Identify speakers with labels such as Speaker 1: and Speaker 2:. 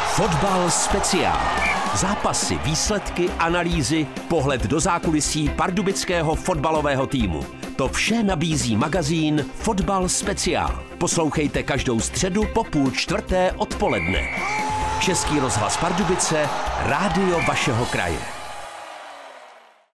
Speaker 1: Fotbal speciál. Zápasy, výsledky, analýzy, pohled do zákulisí pardubického fotbalového týmu. To vše nabízí magazín Fotbal speciál. Poslouchejte každou středu po 3:30 odpoledne. Český rozhlas Pardubice, rádio vašeho kraje.